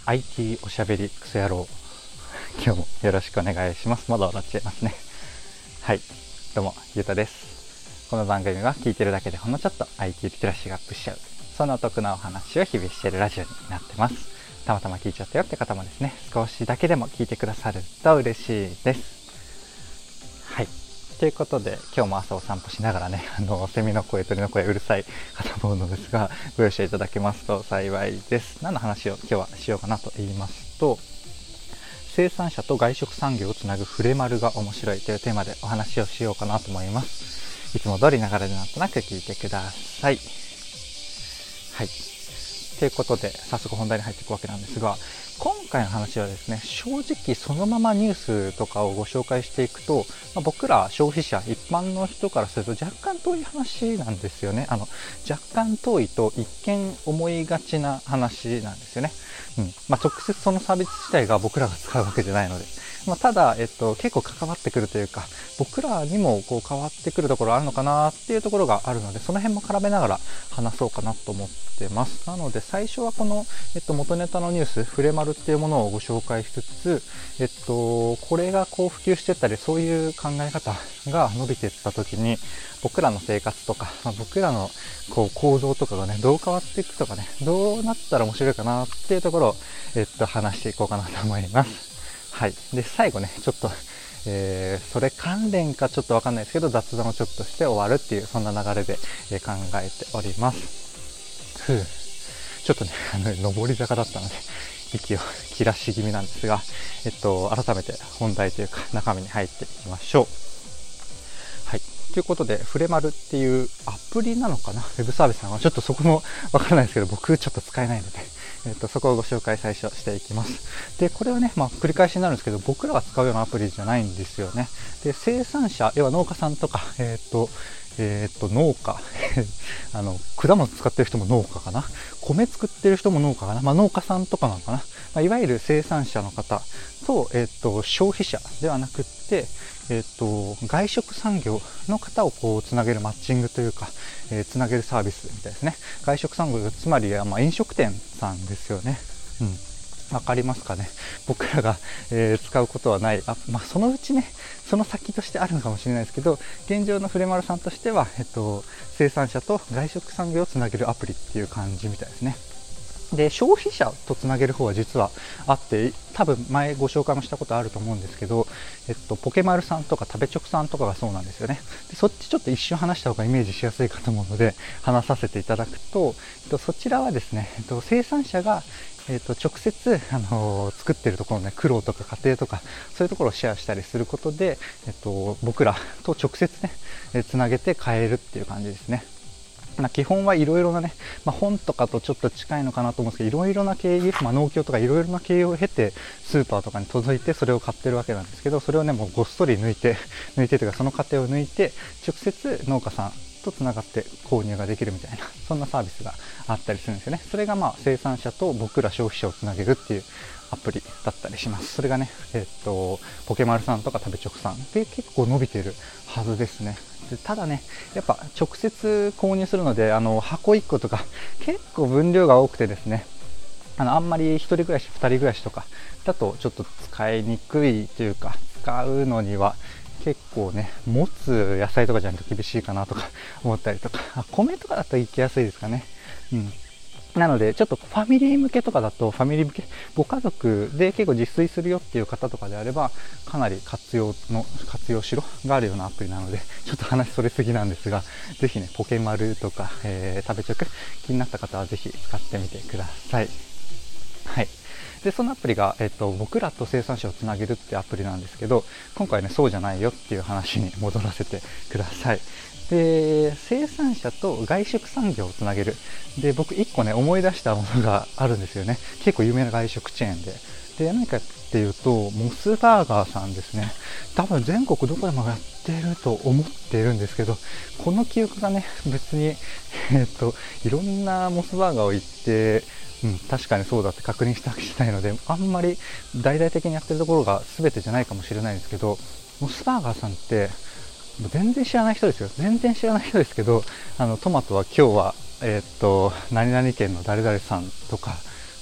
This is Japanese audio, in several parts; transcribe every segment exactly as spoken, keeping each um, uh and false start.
アイティー おしゃべりクソ野郎、今日もよろしくお願いします。まだ笑っちゃいますね。はい、どうもゆうたです。この番組は聞いてるだけでほんのちょっと アイティー リテラシーがアップしちゃう、そんなお得なお話を日々しているラジオになってます。たまたま聞いちゃったよって方もですね、少しだけでも聞いてくださると嬉しいです。はい、ということで今日も朝お散歩しながらね、あのセミの声、鳥の声うるさいかと思うのですが、ご容赦いただけますと幸いです。何の話を今日はしようかなと言いますと、生産者と外食産業をつなぐフレマルが面白いというテーマでお話をしようかなと思います。いつも通り流れでなんとなく聞いてください。はい、ということで早速本題に入っていくわけなんですが、今回の話はですね、正直そのままニュースとかをご紹介していくと、まあ、僕ら消費者一般の人からすると若干遠い話なんですよね。あの若干遠いと一見思いがちな話なんですよね。うんまあ、直接そのサービス自体が僕らが使うわけじゃないので、まあ、ただ、えっと、結構関わってくるというか、僕らにもこう変わってくるところあるのかなっていうところがあるので、その辺も絡めながら話そうかなと思ってます。なので最初はこの、えっと、元ネタのニュースフレマルっていうものをご紹介しつつ、えっと、これがこう普及していったり、そういう考え方が伸びていった時に僕らの生活とか、まあ、僕らのこう構造とかがね、どう変わっていくとかね、どうなったら面白いかなっていうところを、えっと、話していこうかなと思います。はい。で、最後ね、ちょっと、えー、それ関連かちょっとわかんないですけど、雑談をちょっとして終わるっていう、そんな流れで、えー、考えております。ふう。ちょっとね、あの、上り坂だったので、息を切らし気味なんですが、えっと、改めて本題というか、中身に入っていきましょう。はい。ということで、フレマルっていうアプリなのかな、ウェブサービスなのかな、ちょっとそこもわからないですけど、僕ちょっと使えないので、えっと、そこをご紹介最初していきます。で、これはね、まあ、繰り返しになるんですけど、僕らが使うようなアプリじゃないんですよね。で、生産者、要は農家さんとか、えっと、えっと、農家、あの、果物使ってる人も農家かな、米作ってる人も農家かな、まあ、農家さんとかなのかな、まあ、いわゆる生産者の方と、えっと、消費者ではなくって、えっと、外食産業の方をこうつなげるマッチングというか、えー、つなげるサービスみたいですね。外食産業、つまりはまあ飲食店さんですよね。うん。わかりますかね。僕らが、えー、使うことはない。あ、まあ、そのうちね、その先としてあるのかもしれないですけど、現状のフレマルさんとしては、えっと、生産者と外食産業をつなげるアプリっていう感じみたいですね。で、消費者とつなげる方は実はあって、多分前ご紹介もしたことあると思うんですけど、えっと、ポケマルさんとか食べチョクさんとかがそうなんですよね。で、そっちちょっと一瞬話した方がイメージしやすいかと思うので、話させていただくと、えっと、そちらはですね、えっと、生産者がえっと、直接、あのー、作ってるところのね、苦労とか家庭とか、そういうところをシェアしたりすることで、えっと、僕らと直接ね、えつなげて変えるっていう感じですね。まあ、基本はいろいろなね、まあ、本とかとちょっと近いのかなと思うんですけど、いろいろな経緯、まあ、農協とかいろいろな経営を経て、スーパーとかに届いてそれを買ってるわけなんですけど、それをね、もうごっそり抜いて、抜いてというかその過程を抜いて、直接農家さんとつながって購入ができるみたいな、そんなサービスがあったりするんですよね。それがまあ生産者と僕ら消費者をつなげるっていうアプリだったりします。それがね、えっと、ポケマルさんとか食べチョクさんで結構伸びてるはずですね。でただね、やっぱ直接購入するので、あの箱いっことか結構分量が多くてですね、あのあんまりひとり暮らしふたり暮らしとかだとちょっと使いにくいというか、使うのには結構ね、持つ野菜とかじゃないと厳しいかなとか思ったりとか、米とかだと行きやすいですかね。うん。なのでちょっとファミリー向けとかだと、ファミリー向け、ご家族で結構自炊するよっていう方とかであれば、かなり活用の活用しろがあるようなアプリなので、ちょっと話それすぎなんですが、ぜひね、ポケマルとか、えー、食べチョク気になった方はぜひ使ってみてください。はい。で、そのアプリが、えっと、僕らと生産者をつなげるってアプリなんですけど、今回ね、そうじゃないよっていう話に戻らせてください。で、生産者と外食産業をつなげる。で、僕いっこね、思い出したものがあるんですよね。結構有名な外食チェーンで。で、何かっていうと、モスバーガーさんですね。多分全国どこでもやってると思っているんですけど、この記憶がね、別に、えっと、いろんなモスバーガーを言って、うん、確かにそうだって確認したわけじゃないので、あんまり大々的にやってるところが全てじゃないかもしれないんですけど、モスバーガーさんって全然知らない人ですよ。全然知らない人ですけど、あのトマトは今日はえー、っと何々県の誰々さんとか、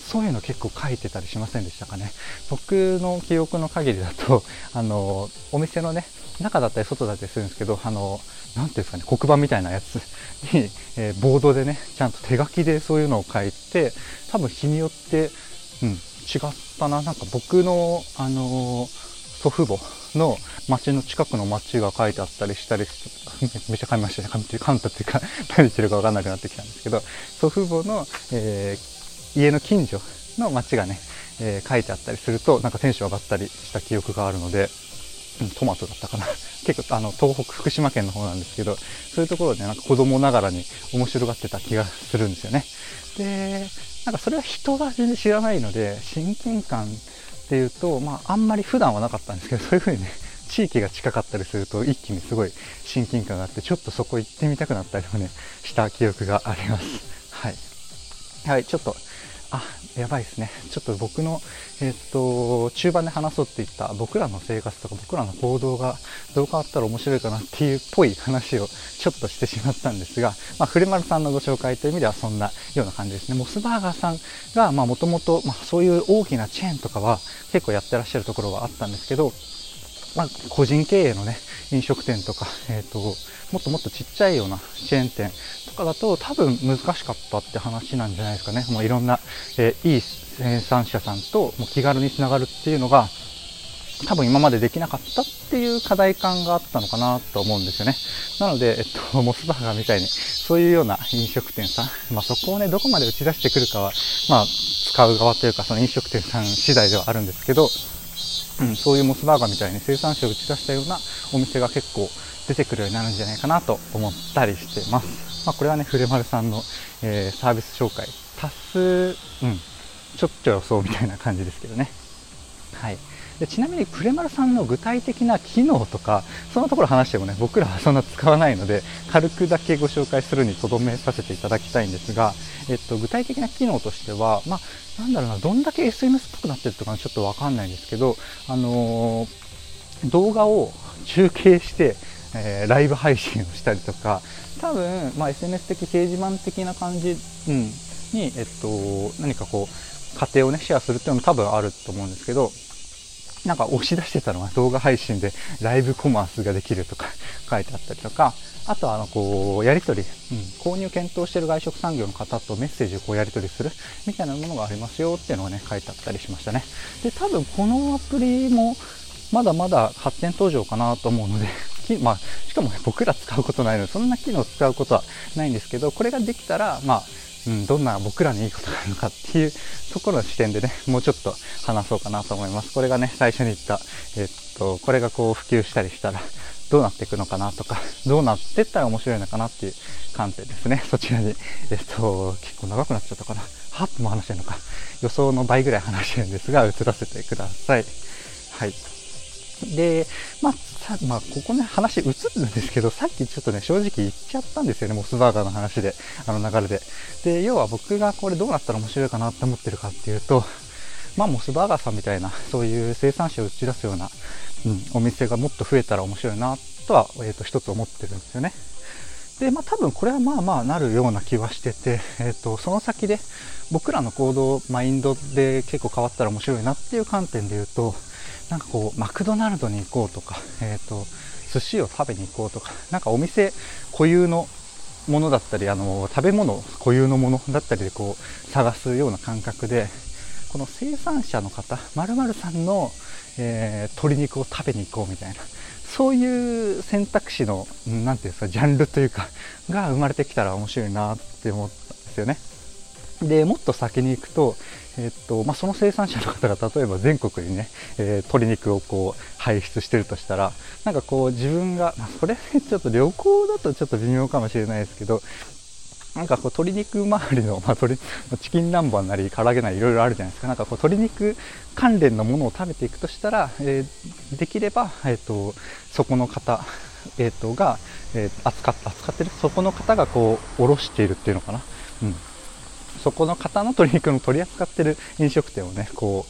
そういうの結構書いてたりしませんでしたかね。僕の記憶の限りだとあのお店のね中だったり外だったりするんですけど、あのなんていうんですかね、黒板みたいなやつに、えー、ボードでねちゃんと手書きでそういうのを書いて、多分日によって、うん、違ったな。なんか僕の、あのー、祖父母の町の近くの町が書いてあったりしたりめ, めっちゃ噛みましたね。噛み噛んだっていうか何言ってるか分かんなくなってきたんですけど、祖父母の、えー、家の近所の町がね、えー、書いてあったりするとなんかテンション上がったりした記憶があるので、うん、トマトだったかな結構あの東北福島県の方なんですけど、そういうところでなんか子供ながらに面白がってた気がするんですよね。でなんかそれは人が全然知らないので親近感っていうと、まあ、あんまり普段はなかったんですけど、そういう風にね地域が近かったりすると一気にすごい親近感があって、ちょっとそこ行ってみたくなったりもねした記憶があります。はい、はい、ちょっとあやばいですね。ちょっと僕の、えー、っと中盤で話そうって言った僕らの生活とか僕らの行動がどう変わったら面白いかなっていうっぽい話をちょっとしてしまったんですが、まあ、フレマルさんのご紹介という意味ではそんなような感じですね。モスバーガーさんがもともとそういう大きなチェーンとかは結構やってらっしゃるところはあったんですけど、まあ、個人経営のね飲食店とか、えー、ともっともっとちっちゃいようなチェーン店とかだと多分難しかったって話なんじゃないですかね。もういろんな、えー、いい生産者さんともう気軽につながるっていうのが多分今までできなかったっていう課題感があったのかなと思うんですよね。なので、えっと、モスバーガーみたいにそういうような飲食店さん、まあ、そこをねどこまで打ち出してくるかは、まあ、使う側というかその飲食店さん次第ではあるんですけど、うん、そういうモスバーガーみたいに生産者を打ち出したようなお店が結構出てくるようになるんじゃないかなと思ったりしてます。まあ、これはねフレマルさんの、えー、サービス紹介足す、うん、ちょっと予想みたいな感じですけどね。はい、でちなみにフレマルさんの具体的な機能とかそのところ話してもね僕らはそんな使わないので軽くだけご紹介するにとどめさせていただきたいんですが、えっと、具体的な機能としては、まあ、なんだろうな、どんだけ エスエヌエス っぽくなってるとかちょっとわかんないんですけど、あのー、動画を中継して、えー、ライブ配信をしたりとか、多分、まあ、エスエヌエス 的掲示板的な感じ、うん、に、えっと、何かこう過程をねシェアするっていうのも多分あると思うんですけど、なんか押し出してたのは動画配信でライブコマースができるとか書いてあったりとか、あとはあのこうやり取り、うん、購入検討している外食産業の方とメッセージをこうやり取りするみたいなものがありますよっていうのがね書いてあったりしましたね。で多分このアプリもまだまだ発展途上かなと思うのでまあ、しかも、ね、僕ら使うことないのでそんな機能を使うことはないんですけど、これができたらまあうん、どんな僕らにいいことがあるのかっていうところの視点でねもうちょっと話そうかなと思います。これがね最初に言った、えっと、これがこう普及したりしたらどうなっていくのかなとか、どうなっていったら面白いのかなっていう観点ですね。そちらに、えっと、結構長くなっちゃったかな、はっぷんも話してるのか、予想の倍ぐらい話してるんですが移らせてください。はい。で、まあ、さまあ、ここね、話移るんですけど、さっきちょっとね、正直言っちゃったんですよね、モスバーガーの話で、あの流れで。で、要は僕がこれどうなったら面白いかなって思ってるかっていうと、まあ、モスバーガーさんみたいな、そういう生産者を打ち出すような、うん、お店がもっと増えたら面白いな、とは、えーと、一つ思ってるんですよね。で、まあ、多分これはまあまあなるような気はしてて、えーと、その先で僕らの行動、マインドで結構変わったら面白いなっていう観点で言うと、なんかこうマクドナルドに行こうとか、えーと、寿司を食べに行こうとか、なんかお店固有のものだったり、あの食べ物固有のものだったりでこう探すような感覚で、この生産者の方、〇〇さんの、えー、鶏肉を食べに行こうみたいな、そういう選択肢のなんていうんですか、ジャンルというかが生まれてきたら面白いなって思ったんですよね。でもっと先に行くと、えーっとまあ、その生産者の方が例えば全国にね、えー、鶏肉をこう排出してるとしたら、なんかこう自分が、まあ、それちょっと旅行だとちょっと微妙かもしれないですけど、なんかこう鶏肉周りの、まあ、鶏チキン南蛮なり唐揚げなりいろいろあるじゃないですか。なんかこう鶏肉関連のものを食べていくとしたら、えー、できれば、えー、とそこの方、えー、とが、えー、扱っ扱ってるそこの方がこう卸しているっていうのかな、うん、そこの方の鶏肉の取り扱ってる飲食店をねこ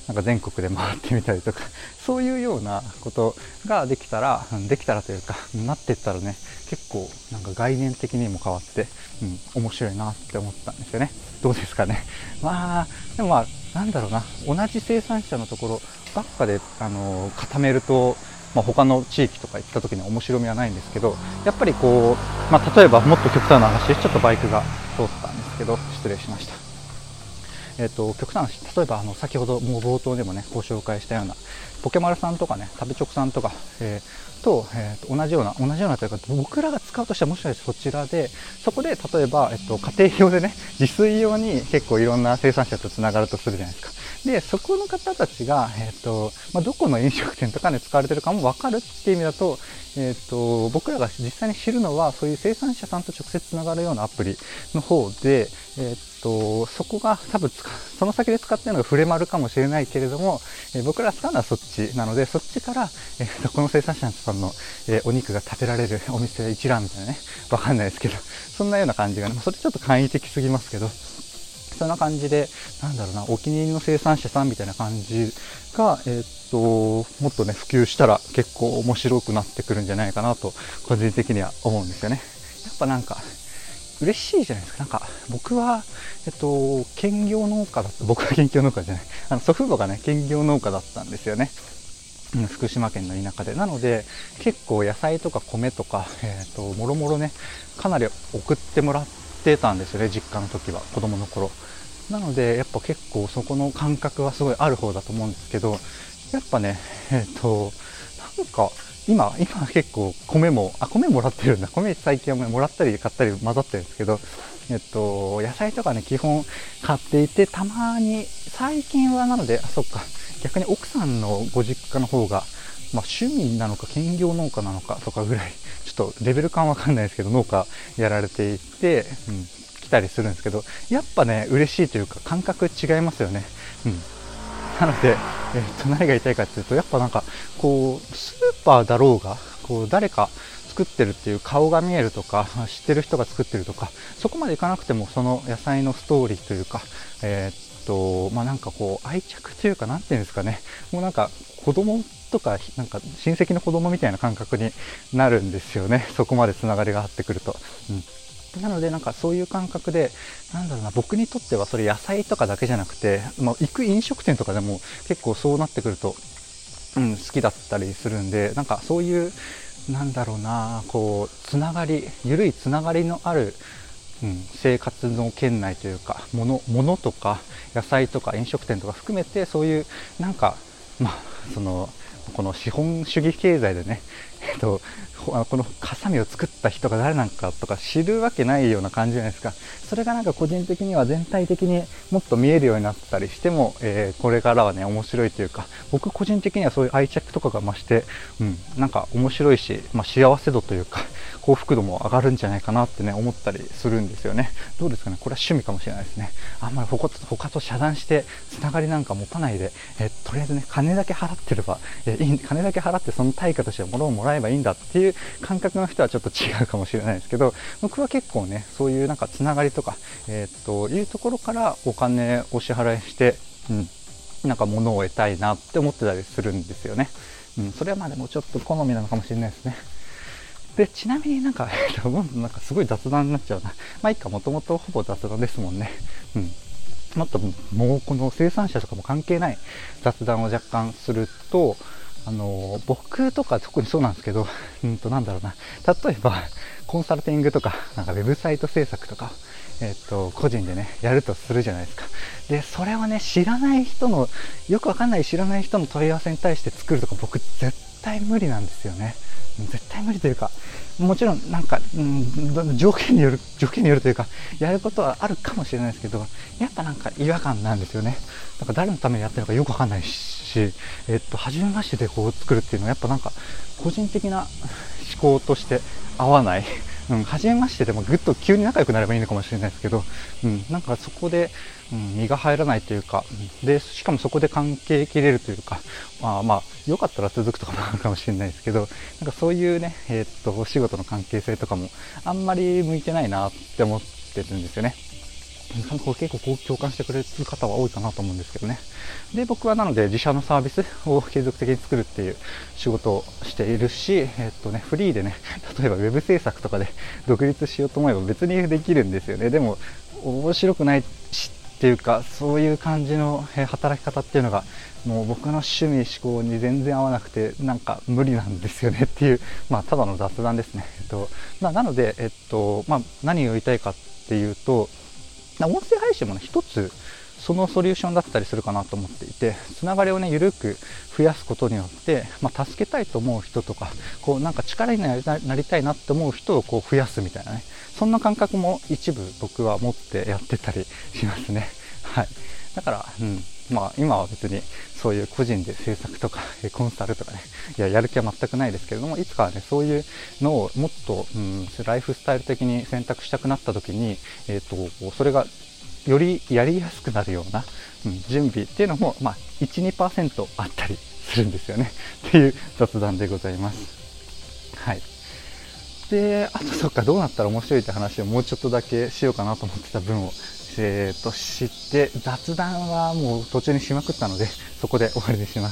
なんか全国で回ってみたりとか、そういうようなことができたら、できたらというか、なっていったらね、結構なんか概念的にも変わって、うん、面白いなって思ったんですよね。どうですかね。まあ、でもまあ、なんだろうな、同じ生産者のところばっかで、あのー、固めると、まあ、他の地域とか行った時に面白みはないんですけど、やっぱりこう、まあ、例えばもっと極端な話、ちょっとバイクが通ったんですけど、失礼しました。えーと、極端な話、例えばあの先ほどもう冒頭でもねご紹介したようなポケマルさんとかね、食べチョクさんとか、えー、と,、えー、と同じような同じようなというか、僕らが使うとしてはもしかしてそちらで、そこで例えば、えー、と家庭用でね、自炊用に結構いろんな生産者とつながるとするじゃないですか。でそこの方たちが、えーとまあ、どこの飲食店とかで使われてるかも分かるっていう意味だと、えー、と僕らが実際に知るのはそういう生産者さんと直接つながるようなアプリの方で、えー、とそこが多分その先で使っているのがフレマルかもしれないけれども、えー、僕らが使うのはそっちなので、そっちから、えー、とこの生産者さんの、えー、お肉が食べられるお店一覧みたいなね、分かんないですけど、そんなような感じがね、それちょっと簡易的すぎますけど、そんな感じで、なんだろうな、お気に入りの生産者さんみたいな感じが、えー、っともっとね普及したら結構面白くなってくるんじゃないかなと個人的には思うんですよね。やっぱなんか嬉しいじゃないですか。なんか僕はえっと兼業農家だった。僕は兼業農家じゃない。あの祖父母がね兼業農家だったんですよね。福島県の田舎で。なので結構野菜とか米とか、えー、ともろもろねかなり送ってもらってたんですよね、実家の時は、子供の頃。なのでやっぱ結構そこの感覚はすごいある方だと思うんですけど、やっぱねえっ、ー、となんか今今結構米もあ米もらってるんだ。米最近はもらったり買ったり混ざってるんですけど、えっと野菜とかね基本買っていて、たまに最近はなので、あそっか逆に奥さんのご実家の方が、まあ、趣味なのか兼業農家なのかとかぐらいちょっとレベル感わかんないですけど、農家やられていて、うん、来たりするんですけど、やっぱね嬉しいというか感覚違いますよね。うん、なので、えー、と何が言いたいかっていうと、やっぱなんかこうスーパーだろうがこう誰か作ってるっていう顔が見えるとか、知ってる人が作ってるとか、そこまでいかなくてもその野菜のストーリーというか、えーとまあ、なんかこう愛着というか、なんていうんですかね、もうなんか子供とかなんか親戚の子供みたいな感覚になるんですよね、そこまでつながりがあってくると。うん、なのでなんかそういう感覚で、なんだろうな、僕にとってはそれ野菜とかだけじゃなくて、まあ、行く飲食店とかでも結構そうなってくると、うん、好きだったりするんで、なんかそういうなんだろうな、こうつながり、緩いつながりのある、うん、生活の圏内というか、物物とか野菜とか飲食店とか含めて、そういうなんかまあそのこの資本主義経済でね、えっと、このハサミを作った人が誰なのかとか知るわけないような感じじゃないですか。それがなんか個人的には全体的にもっと見えるようになったりしても、えー、これからはね面白いというか、僕個人的にはそういう愛着とかが増して、うん、なんか面白いし、まあ、幸せ度というか幸福度も上がるんじゃないかなってね思ったりするんですよね。どうですかね、これは趣味かもしれないですね。あんまり他と他と遮断してつながりなんか持たないで、えー、とりあえずね金だけ払ってれば、えー、いい金だけ払ってその対価として物をもらえばいいんだっていう感覚の人はちょっと違うかもしれないですけど、僕は結構ねそういうなんかつながりとか、えー、というところからお金を支払いして、うん、なんか物を得たいなって思ってたりするんですよね。うん、それはまあでもちょっと好みなのかもしれないですね。でちなみになんかなんかすごい雑談になっちゃうな。まあいいか、もともとほぼ雑談ですもんね。うん。もっともうこの生産者とかも関係ない雑談を若干すると、あの僕とか特にそうなんですけど、うんとなんだろうな、例えばコンサルティングとかなんかウェブサイト制作とか、えっと個人でねやるとするじゃないですか。でそれをね知らない人の、よくわかんない知らない人の問い合わせに対して作るとか、僕絶対無理なんですよね。絶対無理というか、もちろんなんか、うん、条件による条件によるというか、やることはあるかもしれないですけど、やっぱなんか違和感なんですよね。なんか誰のためにやってるのかよくわかんないし、えっと初めましてでこう作るっていうのはやっぱなんか個人的な思考として合わない。うん、初めましてでもぐっと急に仲良くなればいいのかもしれないですけど、うん、なんかそこで、うん、身が入らないというか、でしかもそこで関係切れるというか、まあまあよかったら続くとかもあるかもしれないですけど、なんかそういうね、えー、っとお仕事の関係性とかもあんまり向いてないなって思ってるんですよね。 こう結構こう共感してくれる方は多いかなと思うんですけどね。で、僕はなので自社のサービスを継続的に作るっていう仕事をしているし、えっとね、フリーでね、例えばウェブ制作とかで独立しようと思えば別にできるんですよね。でも面白くないしっていうか、そういう感じの働き方っていうのがもう僕の趣味思考に全然合わなくて、なんか無理なんですよねっていう、まあただの雑談ですね。えっと、まあ、なので、えっと、まあ何を言いたいかっていうと、音声配信もね、一つそのソリューションだったりするかなと思っていて、つながりをね、ゆるく増やすことによって、まあ、助けたいと思う人とか、こうなんか力になりたい、なりたいなって思う人をこう増やすみたいなね、そんな感覚も一部僕は持ってやってたりしますね。はい。だから、うん。まあ今は別にそういう個人で制作とかコンサルとかね、いや、やる気は全くないですけれども、いつかはね、そういうのをもっと、うん、ライフスタイル的に選択したくなった時に、えっと、それがよりやりやすくなるような、うん、準備っていうのも、まあ、いち、にパーセント あったりするんですよね。っていう雑談でございます。はい。で、あとそっか、どうなったら面白いって話をもうちょっとだけしようかなと思ってた分を、えー、と知って雑談はもう途中にしまくったのでそこで終わりにします。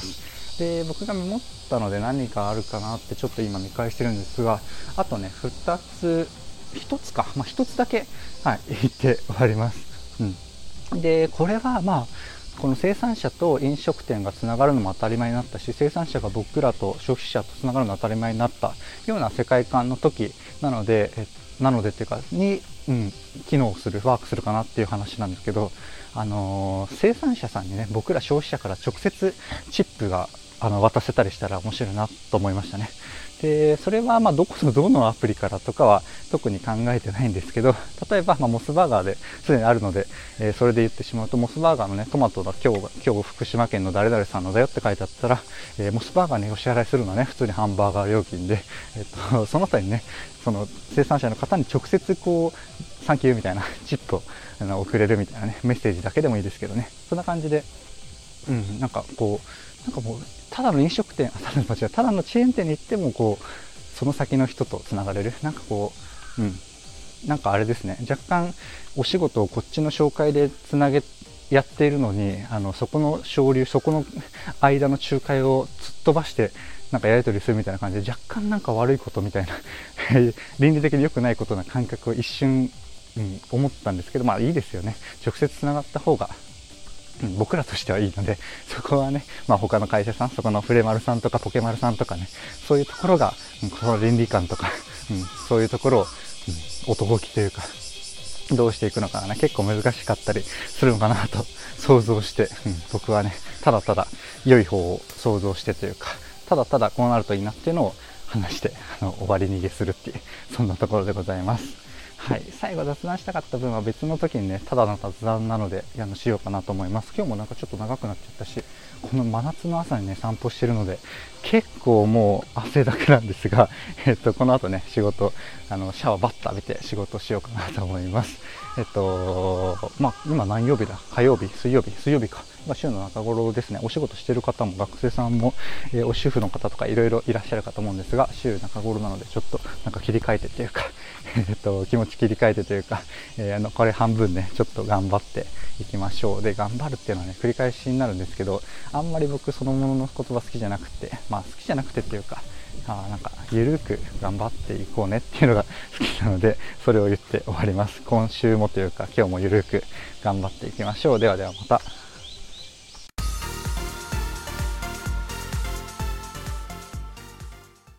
で、僕がメモったので何かあるかなってちょっと今見返してるんですが、あとねふたつひとつか、まあ、ひとつだけ、はい、言って終わります。うん、でこれはまあこの生産者と飲食店がつながるのも当たり前になったし、生産者が僕らと消費者とつながるのも当たり前になったような世界観の時なので、えなのでっていうかに、うん、機能するワークするかなっていう話なんですけど、あのー、生産者さんにね、僕ら消費者から直接チップがあの渡せたりしたら面白いなと思いましたね。でそれはまあどこのどのアプリからとかは特に考えてないんですけど、例えばまあモスバーガーですでにあるので、えー、それで言ってしまうと、モスバーガーのねトマトが今日今日福島県の誰々さんのだよって書いてあったら、えー、モスバーガーにお支払いするのはね普通にハンバーガー料金で、えー、とその他にねその生産者の方に直接こうサンキューみたいなチップをあの送れるみたいなね、メッセージだけでもいいですけどね、そんな感じで、うん、なんかこうなんかもうただの飲食店、ただの間違いただのチェーン店に行ってもこうその先の人とつながれる、なんかこう、うん、なんかあれですね、若干お仕事をこっちの紹介でつなげやっているのに、あのそこの省流、そこの間の仲介を突っ飛ばしてなんかやり取りするみたいな感じで、若干なんか悪いことみたいな倫理的に良くないことな感覚を一瞬、うん、思ったんですけど、まあいいですよね、直接つながった方がうん、僕らとしてはいいので、そこはね、まあ、他の会社さん、そこのフレマルさんとかポケマルさんとかね、そういうところが、うん、この倫理観とか、うん、そういうところを、うん、男気というかどうしていくのかな、結構難しかったりするのかなと想像して、うん、僕はねただただ良い方を想像してというか、ただただこうなるといいなっていうのを話してあの終わり逃げするっていう、そんなところでございます。はい、最後雑談したかった分は別の時にね、ただの雑談なのであのしようかなと思います。今日もなんかちょっと長くなっちゃったし、この真夏の朝にね散歩してるので結構もう汗だくなんですが、えっとこの後ね仕事、あのシャワーバッと浴びて仕事しようかなと思います。えっとまあ今何曜日だ、火曜日、水曜日、水曜日か、まあ、週の中頃ですね。お仕事してる方も学生さんも、えー、お主婦の方とかいろいろいらっしゃるかと思うんですが、週中頃なのでちょっとなんか切り替えてっていうかえっと気持ち切り替えてというか、えー、あのこれ半分ねちょっと頑張っていきましょう。で頑張るっていうのはね繰り返しになるんですけど、あんまり僕そのものの言葉好きじゃなくて、まあ好きじゃなくてっていうか、あなんかゆるく頑張っていこうねっていうのが好きなので、それを言って終わります。今週もというか今日もゆるく頑張っていきましょう。ではではまた。